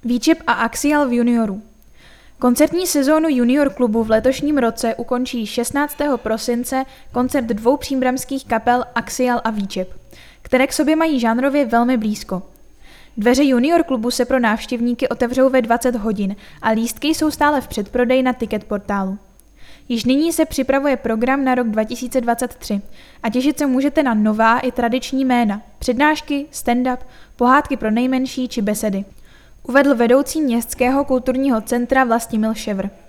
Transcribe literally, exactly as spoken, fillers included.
Výčep a Axial v junioru. Koncertní sezónu junior klubu v letošním roce ukončí šestnáctého prosince koncert dvou příbramských kapel Axial a Výčep, které k sobě mají žánrově velmi blízko. Dveře junior klubu se pro návštěvníky otevřou ve dvacet hodin a lístky jsou stále v předprodeji na ticket portálu. Již nyní se připravuje program na rok dva tisíce dvacet tři a těšit se můžete na nová i tradiční jména, přednášky, stand-up, pohádky pro nejmenší či besedy. Uvedl vedoucí Městského kulturního centra Vlastimil Ševr.